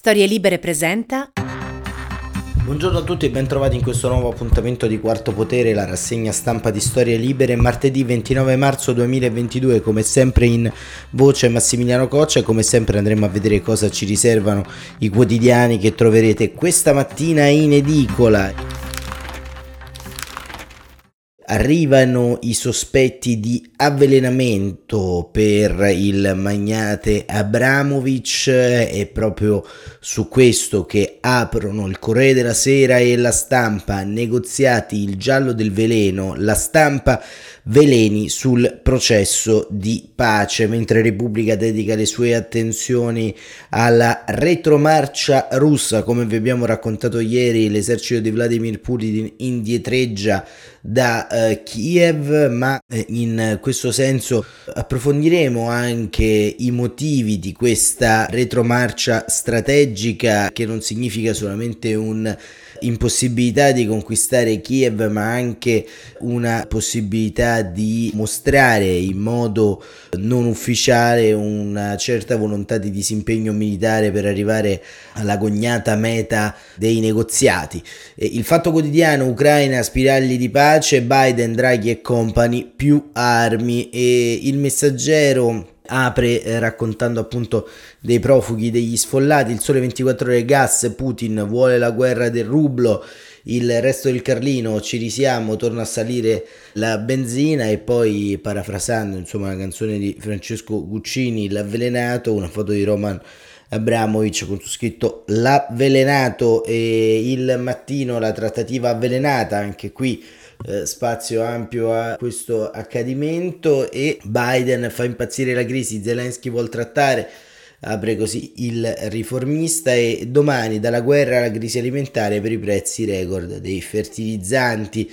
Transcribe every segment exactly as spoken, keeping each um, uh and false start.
Storie Libere presenta. Buongiorno a tutti e bentrovati in questo nuovo appuntamento di Quarto Potere, la rassegna stampa di Storie Libere, martedì ventinove marzo duemilaventidue, come sempre in voce Massimiliano Coccia, e come sempre andremo a vedere cosa ci riservano i quotidiani che troverete questa mattina in edicola. Arrivano i sospetti di avvelenamento per il magnate Abramovich, è proprio su questo che aprono il Corriere della Sera e La Stampa. Negoziati, il giallo del veleno, La Stampa, veleni sul processo di pace, mentre Repubblica dedica le sue attenzioni alla retromarcia russa. Come vi abbiamo raccontato ieri, l'esercito di Vladimir Putin indietreggia da uh, Kiev, ma eh, in questo senso approfondiremo anche i motivi di questa retromarcia strategica, che non significa solamente un impossibilità di conquistare Kiev, ma anche una possibilità di mostrare in modo non ufficiale una certa volontà di disimpegno militare per arrivare alla cognata meta dei negoziati. E il Fatto Quotidiano: Ucraina, spiragli di pace, Biden, Draghi e company, più armi. E il Messaggero apre eh, raccontando appunto dei profughi, degli sfollati. Il Sole ventiquattro Ore: gas, Putin vuole la guerra del rublo. Il Resto del Carlino: ci risiamo, torna a salire la benzina. E poi, parafrasando insomma la canzone di Francesco Guccini, l'avvelenato, una foto di Roman Abramovich con su scritto l'avvelenato. E Il Mattino: la trattativa avvelenata, anche qui Eh, spazio ampio a questo accadimento. E Biden fa impazzire la crisi, Zelensky vuol trattare, apre così il Riformista. E Domani: dalla guerra alla crisi alimentare per i prezzi record dei fertilizzanti.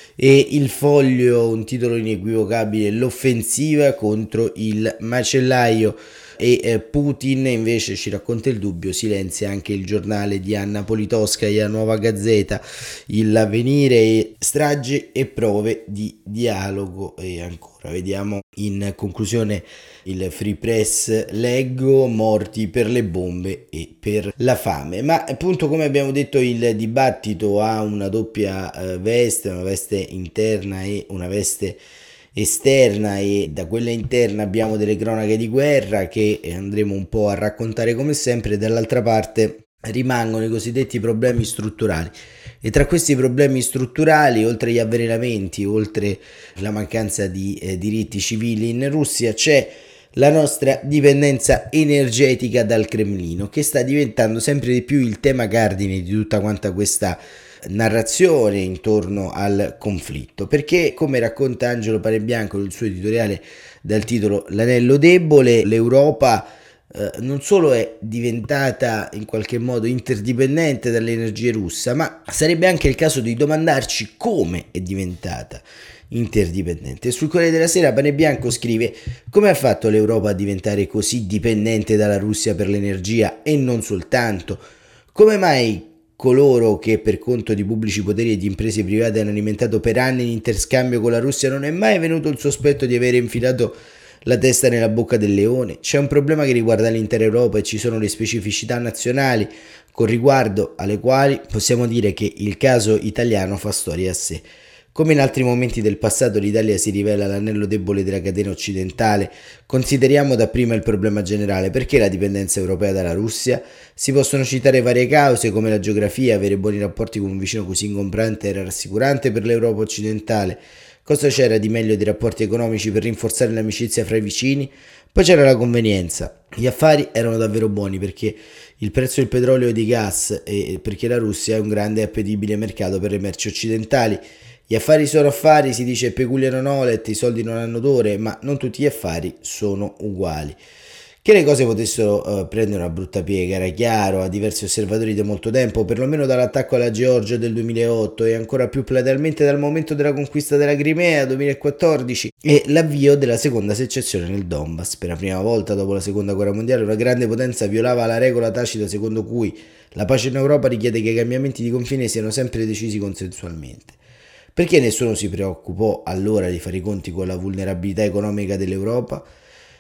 E Il Foglio, un titolo inequivocabile: l'offensiva contro il macellaio. E eh, Putin invece ci racconta il dubbio, silenzia anche il giornale di Anna Politkovskaja, Nuova Gazzetta. Il Avvenire: stragi e prove di dialogo. E ancora vediamo in conclusione il Free Press, leggo: morti per le bombe e per la fame. Ma appunto, come abbiamo detto, il dibattito ha una doppia eh, veste, una veste interna e una veste esterna. E da quella interna abbiamo delle cronache di guerra che andremo un po' a raccontare come sempre. Dall'altra parte rimangono i cosiddetti problemi strutturali, e tra questi problemi strutturali, oltre agli avvelenamenti, oltre la mancanza di eh, diritti civili in Russia, c'è la nostra dipendenza energetica dal Cremlino, che sta diventando sempre di più il tema cardine di tutta quanta questa narrazione intorno al conflitto, perché, come racconta Angelo Panebianco nel suo editoriale dal titolo L'anello debole, l'Europa eh, non solo è diventata in qualche modo interdipendente dalle energie russe, ma sarebbe anche il caso di domandarci come è diventata interdipendente. Sul Corriere della Sera Panebianco scrive: come ha fatto l'Europa a diventare così dipendente dalla Russia per l'energia, e non soltanto? Come mai coloro che per conto di pubblici poteri e di imprese private hanno alimentato per anni l'interscambio con la Russia non è mai venuto il sospetto di avere infilato la testa nella bocca del leone? C'è un problema che riguarda l'intera Europa e ci sono le specificità nazionali con riguardo alle quali possiamo dire che il caso italiano fa storia a sé. Come in altri momenti del passato, l'Italia si rivela l'anello debole della catena occidentale. Consideriamo dapprima il problema generale: perché la dipendenza europea dalla Russia? Si possono citare varie cause, come la geografia. Avere buoni rapporti con un vicino così ingombrante era rassicurante per l'Europa occidentale. Cosa c'era di meglio dei rapporti economici per rinforzare l'amicizia fra i vicini? Poi c'era la convenienza. Gli affari erano davvero buoni perché il prezzo del petrolio e di gas, e perché la Russia è un grande e appetibile mercato per le merci occidentali. Gli affari sono affari, si dice peculiar non olet, i soldi non hanno odore, ma non tutti gli affari sono uguali. Che le cose potessero uh, prendere una brutta piega era chiaro a diversi osservatori da molto tempo, perlomeno dall'attacco alla Georgia del duemilaotto, e ancora più platealmente dal momento della conquista della Crimea duemilaquattordici e l'avvio della seconda secessione nel Donbass. Per la prima volta dopo la seconda guerra mondiale una grande potenza violava la regola tacita secondo cui la pace in Europa richiede che i cambiamenti di confine siano sempre decisi consensualmente. Perché nessuno si preoccupò allora di fare i conti con la vulnerabilità economica dell'Europa?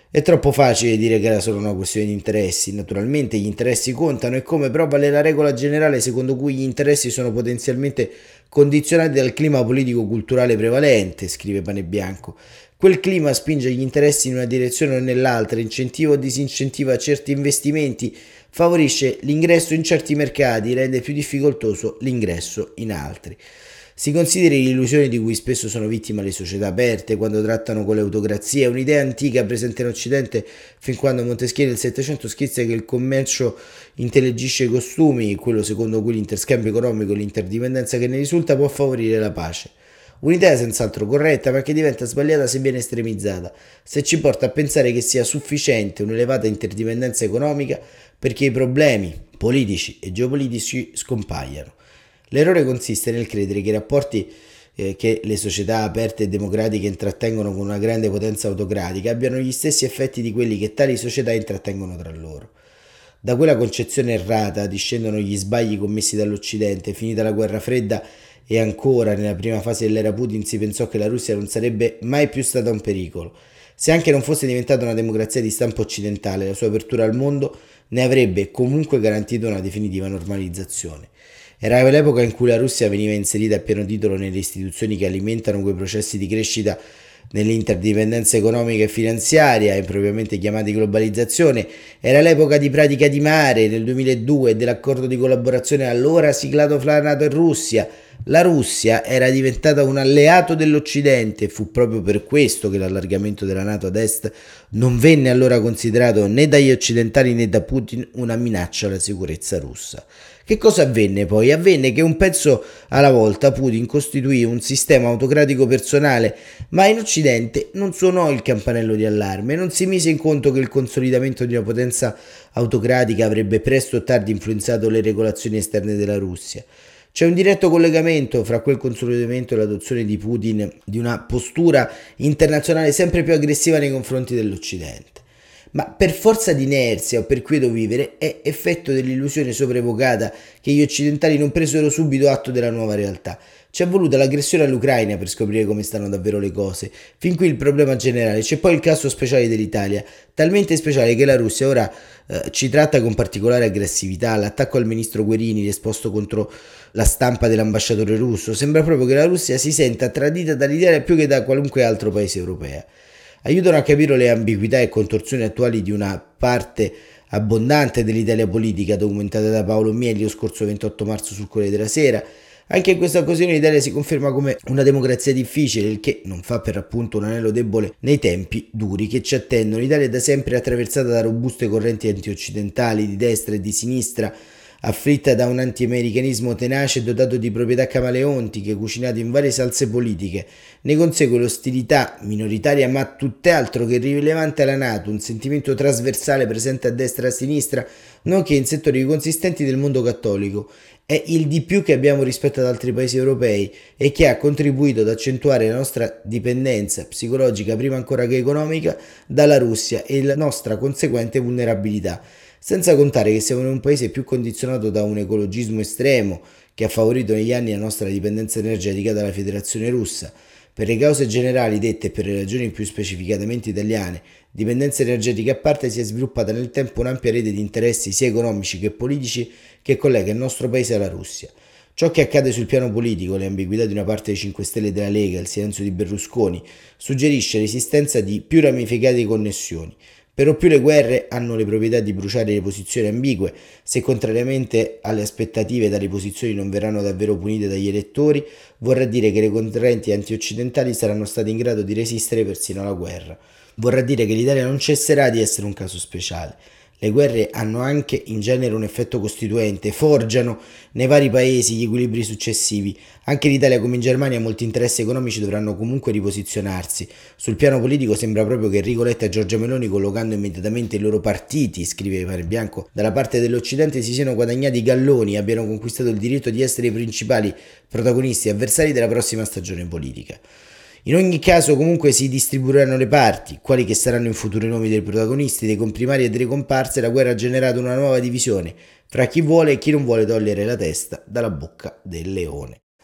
È troppo facile dire che era solo una questione di interessi. Naturalmente gli interessi contano e come però vale la regola generale secondo cui gli interessi sono potenzialmente condizionati dal clima politico-culturale prevalente, scrive Panebianco. Quel clima spinge gli interessi in una direzione o nell'altra, incentiva o disincentiva certi investimenti, favorisce l'ingresso in certi mercati, rende più difficoltoso l'ingresso in altri. Si consideri l'illusione di cui spesso sono vittime le società aperte quando trattano con le autocrazie, un'idea antica presente in Occidente fin quando Montesquieu nel Settecento schizza che il commercio intellegisce i costumi, quello secondo cui l'interscambio economico e l'interdipendenza che ne risulta può favorire la pace. Un'idea senz'altro corretta, ma che diventa sbagliata se viene estremizzata, se ci porta a pensare che sia sufficiente un'elevata interdipendenza economica perché i problemi politici e geopolitici scompaiano. L'errore consiste nel credere che i rapporti eh, che le società aperte e democratiche intrattengono con una grande potenza autocratica abbiano gli stessi effetti di quelli che tali società intrattengono tra loro. Da quella concezione errata discendono gli sbagli commessi dall'Occidente. Finita la guerra fredda e ancora nella prima fase dell'era Putin si pensò che la Russia non sarebbe mai più stata un pericolo. Se anche non fosse diventata una democrazia di stampo occidentale, la sua apertura al mondo ne avrebbe comunque garantito una definitiva normalizzazione. Era l'epoca in cui la Russia veniva inserita a pieno titolo nelle istituzioni che alimentano quei processi di crescita nell'interdipendenza economica e finanziaria, impropriamente chiamati globalizzazione. Era l'epoca di Pratica di Mare nel duemiladue e dell'accordo di collaborazione allora siglato fra NATO e Russia. La Russia era diventata un alleato dell'Occidente e fu proprio per questo che l'allargamento della NATO ad est non venne allora considerato né dagli occidentali né da Putin una minaccia alla sicurezza russa. Che cosa avvenne poi? Avvenne che un pezzo alla volta Putin costituì un sistema autocratico personale, ma in Occidente non suonò il campanello di allarme, non si mise in conto che il consolidamento di una potenza autocratica avrebbe presto o tardi influenzato le regolazioni esterne della Russia. C'è un diretto collegamento fra quel consolidamento e l'adozione di Putin di una postura internazionale sempre più aggressiva nei confronti dell'Occidente. Ma per forza di inerzia o per quieto vivere è effetto dell'illusione sopraevocata che gli occidentali non presero subito atto della nuova realtà. Ci è voluta l'aggressione all'Ucraina per scoprire come stanno davvero le cose. Fin qui il problema generale, c'è poi il caso speciale dell'Italia, talmente speciale che la Russia ora eh, ci tratta con particolare aggressività. L'attacco al ministro Guerini risposto contro la stampa dell'ambasciatore russo. Sembra proprio che la Russia si senta tradita dall'Italia più che da qualunque altro paese europeo. Aiutano a capire le ambiguità e contorsioni attuali di una parte abbondante dell'Italia politica documentata da Paolo Mielio scorso ventotto marzo sul Corriere della Sera. Anche in questa occasione l'Italia si conferma come una democrazia difficile, il che non fa per appunto un anello debole nei tempi duri che ci attendono. L'Italia è da sempre attraversata da robuste correnti antioccidentali di destra e di sinistra, afflitta da un antiamericanismo tenace e dotato di proprietà camaleontiche, cucinate in varie salse politiche. Ne consegue l'ostilità minoritaria ma tutt'altro che irrilevante alla NATO, un sentimento trasversale presente a destra e a sinistra, nonché in settori consistenti del mondo cattolico. È il di più che abbiamo rispetto ad altri paesi europei e che ha contribuito ad accentuare la nostra dipendenza psicologica, prima ancora che economica, dalla Russia e la nostra conseguente vulnerabilità. Senza contare che siamo in un paese più condizionato da un ecologismo estremo che ha favorito negli anni la nostra dipendenza energetica dalla Federazione Russa. Per le cause generali dette e per le ragioni più specificatamente italiane, dipendenza energetica a parte, si è sviluppata nel tempo un'ampia rete di interessi sia economici che politici che collega il nostro paese alla Russia. Ciò che accade sul piano politico, le ambiguità di una parte dei cinque Stelle della Lega, il silenzio di Berlusconi, suggerisce l'esistenza di più ramificate connessioni. Per lo più le guerre hanno le proprietà di bruciare le posizioni ambigue. Se contrariamente alle aspettative tali posizioni non verranno davvero punite dagli elettori, vorrà dire che le correnti antioccidentali saranno state in grado di resistere persino alla guerra. Vorrà dire che l'Italia non cesserà di essere un caso speciale. Le guerre hanno anche in genere un effetto costituente, forgiano nei vari paesi gli equilibri successivi. Anche in Italia come in Germania molti interessi economici dovranno comunque riposizionarsi. Sul piano politico sembra proprio che Enrico Letta e Giorgia Meloni, collocando immediatamente i loro partiti, scrive Panebianco, dalla parte dell'Occidente si siano guadagnati galloni e abbiano conquistato il diritto di essere i principali protagonisti e avversari della prossima stagione politica. In ogni caso comunque si distribuiranno le parti, quali che saranno in futuro i nomi dei protagonisti, dei comprimari e delle comparse. La guerra ha generato una nuova divisione fra chi vuole e chi non vuole togliere la testa dalla bocca del leone.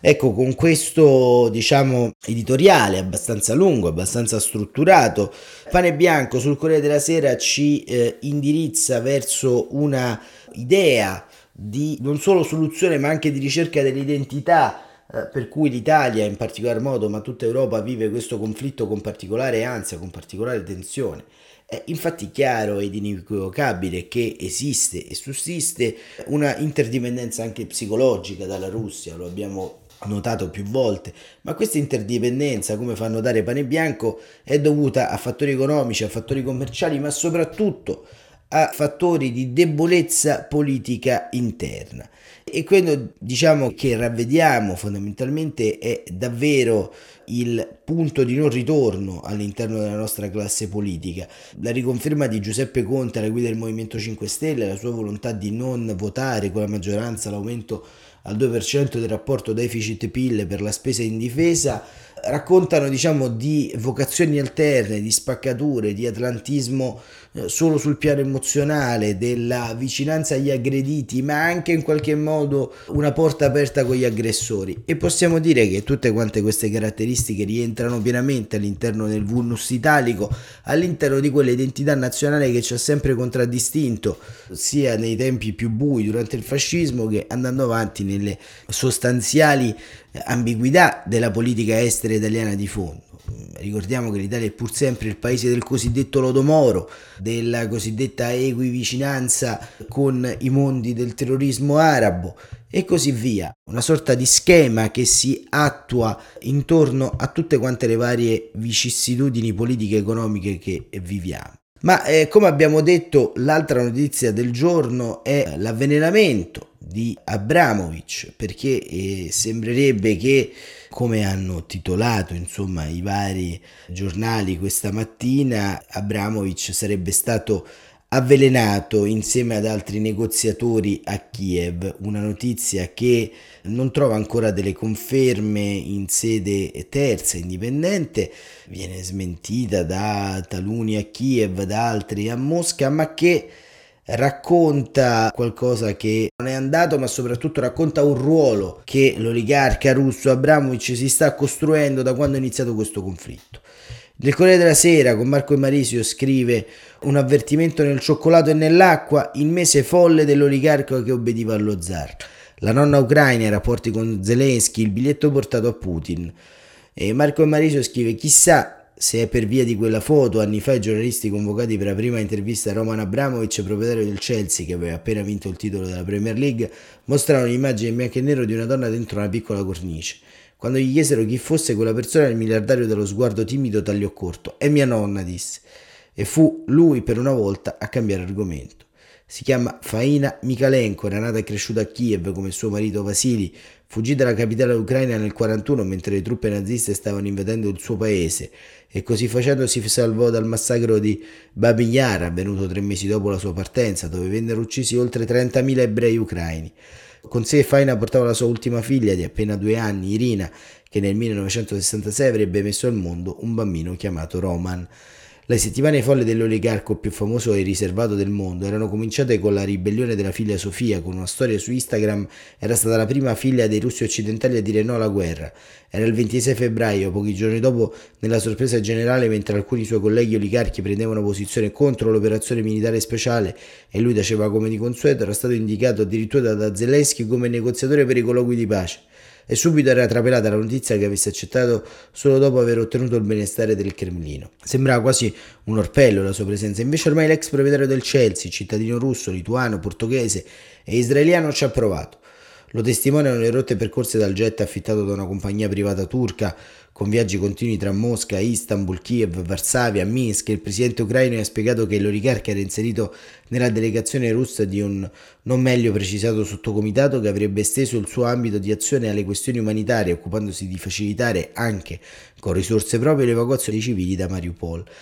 Ecco, con questo, diciamo, editoriale abbastanza lungo, abbastanza strutturato, Pane Bianco sul Corriere della Sera ci eh, indirizza verso una idea di non solo soluzione ma anche di ricerca dell'identità, eh, per cui l'Italia in particolar modo, ma tutta Europa vive questo conflitto con particolare ansia, con particolare tensione. È infatti chiaro ed inequivocabile che esiste e sussiste una interdipendenza anche psicologica dalla Russia, lo abbiamo notato più volte, ma questa interdipendenza, come fa notare Pane Bianco, è dovuta a fattori economici, a fattori commerciali, ma soprattutto a fattori di debolezza politica interna. E quello, diciamo, che ravvediamo fondamentalmente è davvero il punto di non ritorno all'interno della nostra classe politica. La riconferma di Giuseppe Conte alla guida del Movimento cinque Stelle, la sua volontà di non votare con la maggioranza l'aumento al due per cento del rapporto deficit-P I L per la spesa in difesa, raccontano, diciamo, di vocazioni alterne, di spaccature, di atlantismo eh, solo sul piano emozionale, della vicinanza agli aggrediti, ma anche in qualche modo una porta aperta con gli aggressori. E possiamo dire che tutte quante queste caratteristiche rientrano pienamente all'interno del vulnus italico, all'interno di quella identità nazionale che ci ha sempre contraddistinto, sia nei tempi più bui durante il fascismo che andando avanti nelle sostanziali ambiguità della politica estera italiana di fondo. Ricordiamo che l'Italia è pur sempre il paese del cosiddetto lodo Moro, della cosiddetta equivicinanza con i mondi del terrorismo arabo e così via. Una sorta di schema che si attua intorno a tutte quante le varie vicissitudini politiche e economiche che viviamo. Ma eh, come abbiamo detto, l'altra notizia del giorno è l'avvelenamento di Abramovich, perché eh, sembrerebbe che, come hanno titolato insomma i vari giornali questa mattina, Abramovich sarebbe stato avvelenato insieme ad altri negoziatori a Kiev, una notizia che non trova ancora delle conferme in sede terza indipendente, viene smentita da taluni a Kiev, da altri a Mosca, ma che racconta qualcosa che non è andato, ma soprattutto racconta un ruolo che l'oligarca russo Abramovich si sta costruendo da quando è iniziato questo conflitto. Nel Corriere della Sera con Marco Marisio scrive: un avvertimento nel cioccolato e nell'acqua, il mese folle dell'oligarca che obbediva allo zar. La nonna ucraina, i rapporti con Zelensky, il biglietto portato a Putin. E Marco Marisio scrive: chissà se è per via di quella foto. Anni fa i giornalisti convocati per la prima intervista a Roman Abramovich, proprietario del Chelsea che aveva appena vinto il titolo della Premier League, mostrarono un'immagine in bianco e nero di una donna dentro una piccola cornice. Quando gli chiesero chi fosse quella persona, il miliardario dallo sguardo timido tagliò corto. È mia nonna, disse. E fu lui per una volta a cambiare argomento. Si chiama Faina Mikalenko, era nata e cresciuta a Kiev come suo marito Vasily, fuggì dalla capitale ucraina nel quarantuno mentre le truppe naziste stavano invadendo il suo paese e così facendo si salvò dal massacro di Babi Yar, avvenuto tre mesi dopo la sua partenza, dove vennero uccisi oltre trentamila ebrei ucraini. Con sé Faina portava la sua ultima figlia di appena due anni, Irina, che nel millenovecentosessantasei avrebbe messo al mondo un bambino chiamato Roman. Le settimane folle dell'oligarco più famoso e riservato del mondo erano cominciate con la ribellione della figlia Sofia, con una storia su Instagram. Era stata la prima figlia dei russi occidentali a dire no alla guerra. Era il ventisei febbraio, pochi giorni dopo, nella sorpresa generale, mentre alcuni suoi colleghi oligarchi prendevano posizione contro l'operazione militare speciale e lui taceva come di consueto, era stato indicato addirittura da Zelensky come negoziatore per i colloqui di pace. E subito era trapelata la notizia che avesse accettato solo dopo aver ottenuto il benestare del Cremlino. Sembrava quasi un orpello la sua presenza, invece ormai l'ex proprietario del Chelsea, cittadino russo, lituano, portoghese e israeliano, ci ha provato. Lo testimoniano le rotte percorse dal jet affittato da una compagnia privata turca, con viaggi continui tra Mosca, Istanbul, Kiev, Varsavia, Minsk. Il presidente ucraino ha spiegato che l'oligarca era inserito nella delegazione russa di un non meglio precisato sottocomitato che avrebbe esteso il suo ambito di azione alle questioni umanitarie, occupandosi di facilitare anche con risorse proprie l'evacuazione dei civili da Mariupol.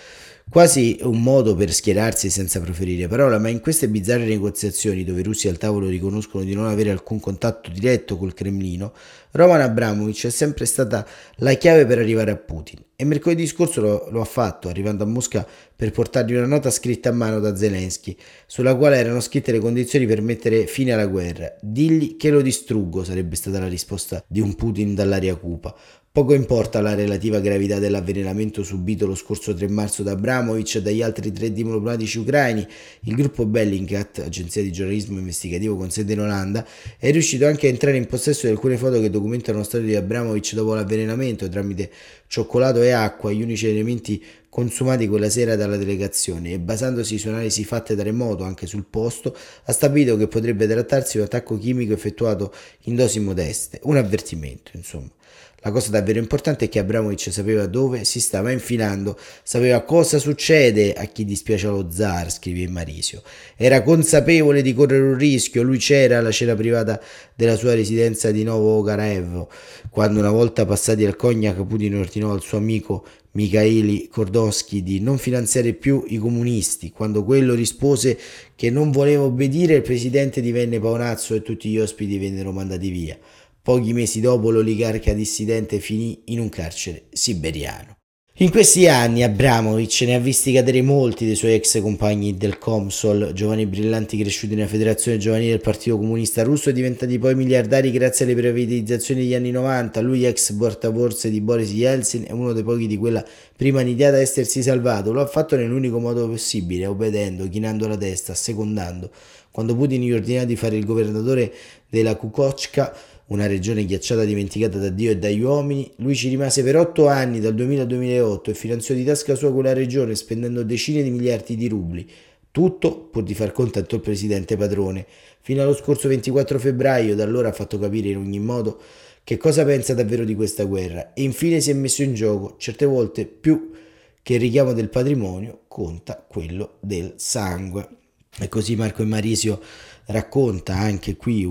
Quasi un modo per schierarsi senza proferire parola, ma in queste bizzarre negoziazioni, dove i russi al tavolo riconoscono di non avere alcun contatto diretto col Cremlino, Roman Abramovich è sempre stata la chiave per arrivare a Putin. E mercoledì scorso lo, lo ha fatto, arrivando a Mosca per portargli una nota scritta a mano da Zelensky, sulla quale erano scritte le condizioni per mettere fine alla guerra. Digli che lo distruggo, sarebbe stata la risposta di un Putin dall'aria cupa. Poco importa la relativa gravità dell'avvelenamento subito lo scorso tre marzo da Abramovich e dagli altri tre diplomatici ucraini, il gruppo Bellingcat, agenzia di giornalismo investigativo con sede in Olanda, è riuscito anche a entrare in possesso di alcune foto che documentano lo stato di Abramovich dopo l'avvelenamento tramite cioccolato e acqua, gli unici elementi consumati quella sera dalla delegazione, e basandosi su analisi fatte da remoto anche sul posto, ha stabilito che potrebbe trattarsi di un attacco chimico effettuato in dosi modeste, un avvertimento insomma. La cosa davvero importante è che Abramovich sapeva dove si stava infilando, sapeva cosa succede a chi dispiace allo zar, scrive Marisio. Era consapevole di correre un rischio, lui c'era alla cena privata della sua residenza di Novogaraevo, quando una volta passati al cognac Putin ordinò al suo amico Mikhail Khodorkovsky di non finanziare più i comunisti. Quando quello rispose che non voleva obbedire, il presidente divenne paonazzo e tutti gli ospiti vennero mandati via. Pochi mesi dopo l'oligarca dissidente finì in un carcere siberiano. In questi anni Abramovich ne ha visti cadere molti dei suoi ex compagni del Comsol, giovani brillanti cresciuti nella federazione giovanile del Partito Comunista Russo e diventati poi miliardari grazie alle privatizzazioni degli anni novanta. Lui, ex portaborse di Boris Yeltsin, è uno dei pochi di quella prima nidiata a essersi salvato. Lo ha fatto nell'unico modo possibile, obbedendo, chinando la testa, assecondando. Quando Putin gli ordinò di fare il governatore della Kukochka, una regione ghiacciata dimenticata da Dio e dagli uomini, lui ci rimase per otto anni, dal duemila al duemilaotto, e finanziò di tasca sua quella regione spendendo decine di miliardi di rubli. Tutto pur di far contento il presidente padrone. Fino allo scorso ventiquattro febbraio, da allora ha fatto capire in ogni modo che cosa pensa davvero di questa guerra, e infine si è messo in gioco. Certe volte più che il richiamo del patrimonio conta quello del sangue. E così Marco Marisio racconta anche qui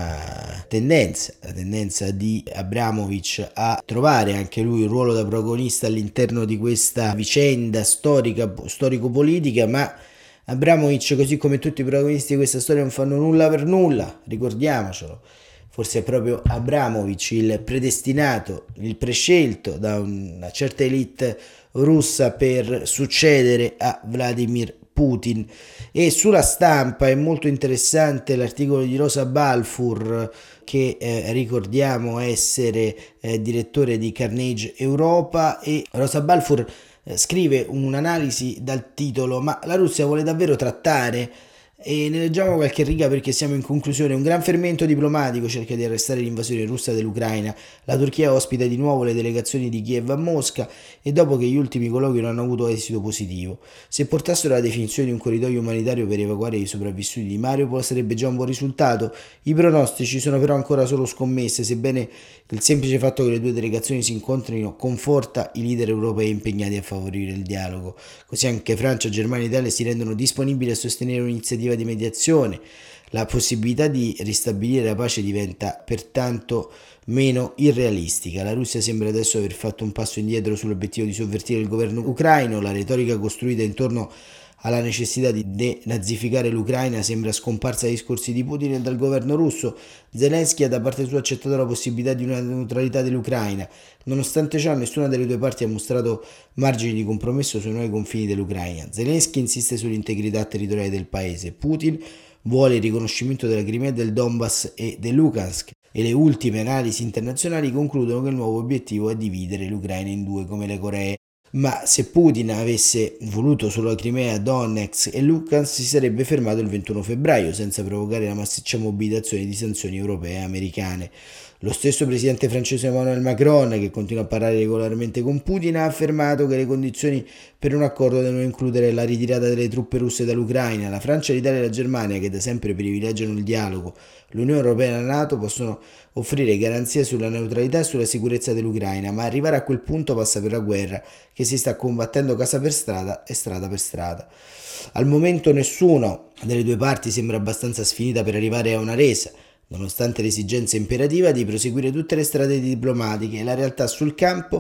una tendenza, la tendenza di Abramovich a trovare anche lui un ruolo da protagonista all'interno di questa vicenda storica, storico-politica, ma Abramovich, così come tutti i protagonisti di questa storia, non fanno nulla per nulla, ricordiamocelo. Forse è proprio Abramovich il predestinato, il prescelto da una certa elite russa per succedere a Vladimir Putin. E sulla Stampa è molto interessante l'articolo di Rosa Balfour, che eh, ricordiamo essere eh, direttore di Carnegie Europa, e Rosa Balfour eh, scrive un'analisi dal titolo "Ma la Russia vuole davvero trattare?" E ne leggiamo qualche riga perché siamo in conclusione. Un gran fermento diplomatico cerca di arrestare l'invasione russa dell'Ucraina. La Turchia ospita di nuovo le delegazioni di Kiev a Mosca, e dopo che gli ultimi colloqui non hanno avuto esito positivo. Se portassero la definizione di un corridoio umanitario per evacuare i sopravvissuti di Mariupol sarebbe già un buon risultato. I pronostici sono però ancora solo scommesse, sebbene il semplice fatto che le due delegazioni si incontrino conforta i leader europei impegnati a favorire il dialogo. Così anche Francia, Germania e Italia si rendono disponibili a sostenere un'iniziativa di mediazione. La possibilità di ristabilire la pace diventa pertanto meno irrealistica. La Russia sembra adesso aver fatto un passo indietro sull'obiettivo di sovvertire il governo ucraino. La retorica costruita intorno alla necessità di denazificare l'Ucraina sembra scomparsa dai discorsi di Putin e dal governo russo. Zelensky ha da parte sua accettato la possibilità di una neutralità dell'Ucraina. Nonostante ciò, nessuna delle due parti ha mostrato margini di compromesso sui nuovi confini dell'Ucraina. Zelensky insiste sull'integrità territoriale del paese. Putin vuole il riconoscimento della Crimea, del Donbass e del Luhansk, e le ultime analisi internazionali concludono che il nuovo obiettivo è dividere l'Ucraina in due come le Coree. Ma se Putin avesse voluto solo la Crimea, Donetsk e Luhansk, si sarebbe fermato il ventuno febbraio senza provocare la massiccia mobilitazione di sanzioni europee e americane. Lo stesso presidente francese Emmanuel Macron, che continua a parlare regolarmente con Putin, ha affermato che le condizioni per un accordo devono includere la ritirata delle truppe russe dall'Ucraina. La Francia, l'Italia e la Germania, che da sempre privilegiano il dialogo, l'Unione Europea e la NATO possono offrire garanzie sulla neutralità e sulla sicurezza dell'Ucraina, ma arrivare a quel punto passa per la guerra che si sta combattendo casa per strada e strada per strada. Al momento nessuna delle due parti sembra abbastanza sfinita per arrivare a una resa, nonostante l'esigenza imperativa di proseguire tutte le strade diplomatiche. La realtà sul campo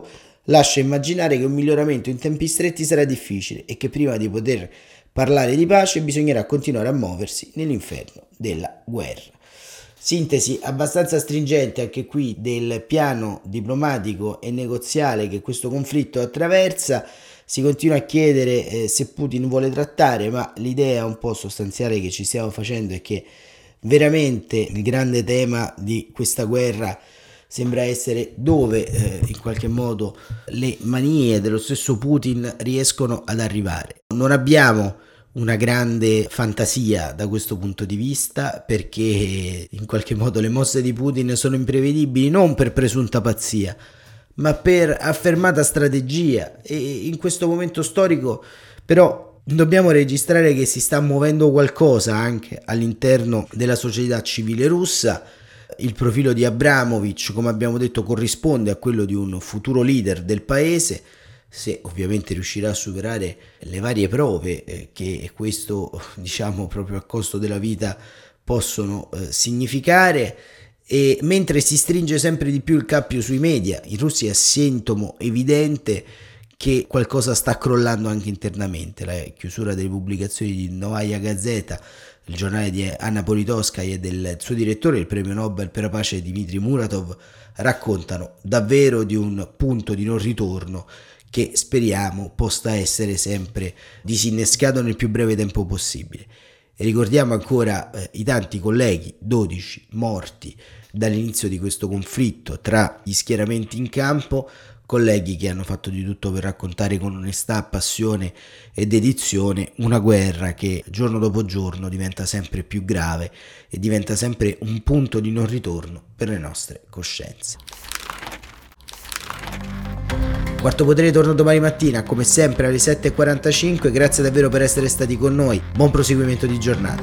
lascia immaginare che un miglioramento in tempi stretti sarà difficile e che prima di poter parlare di pace bisognerà continuare a muoversi nell'inferno della guerra. Sintesi abbastanza stringente anche qui del piano diplomatico e negoziale che questo conflitto attraversa. Si continua a chiedere eh, se Putin vuole trattare, ma l'idea un po' sostanziale che ci stiamo facendo è che veramente il grande tema di questa guerra sembra essere dove eh, in qualche modo le manie dello stesso Putin riescono ad arrivare. Non abbiamo una grande fantasia da questo punto di vista, perché in qualche modo le mosse di Putin sono imprevedibili non per presunta pazzia, ma per affermata strategia, e in questo momento storico però dobbiamo registrare che si sta muovendo qualcosa anche all'interno della società civile russa. Il profilo di Abramovich, come abbiamo detto, corrisponde a quello di un futuro leader del paese, se ovviamente riuscirà a superare le varie prove eh, che questo, diciamo, proprio a costo della vita possono eh, significare. E mentre si stringe sempre di più il cappio sui media, in Russia è sintomo evidente che qualcosa sta crollando anche internamente. La chiusura delle pubblicazioni di Novaya Gazeta, il giornale di Anna Politkovskaya, e del suo direttore, il premio Nobel per la pace Dmitry Muratov, raccontano davvero di un punto di non ritorno che speriamo possa essere sempre disinnescato nel più breve tempo possibile. E ricordiamo ancora eh, i tanti colleghi, dodici morti dall'inizio di questo conflitto tra gli schieramenti in campo, colleghi che hanno fatto di tutto per raccontare con onestà, passione e dedizione una guerra che giorno dopo giorno diventa sempre più grave e diventa sempre un punto di non ritorno per le nostre coscienze. Quarto Potere torna domani mattina, come sempre alle sette e quarantacinque. Grazie davvero per essere stati con noi. Buon proseguimento di giornata.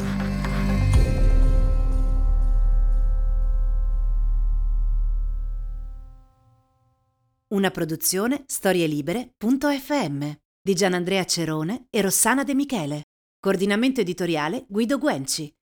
Una produzione storielibere punto effe emme di Gianandrea Cerone e Rossana De Michele. Coordinamento editoriale Guido Guenci.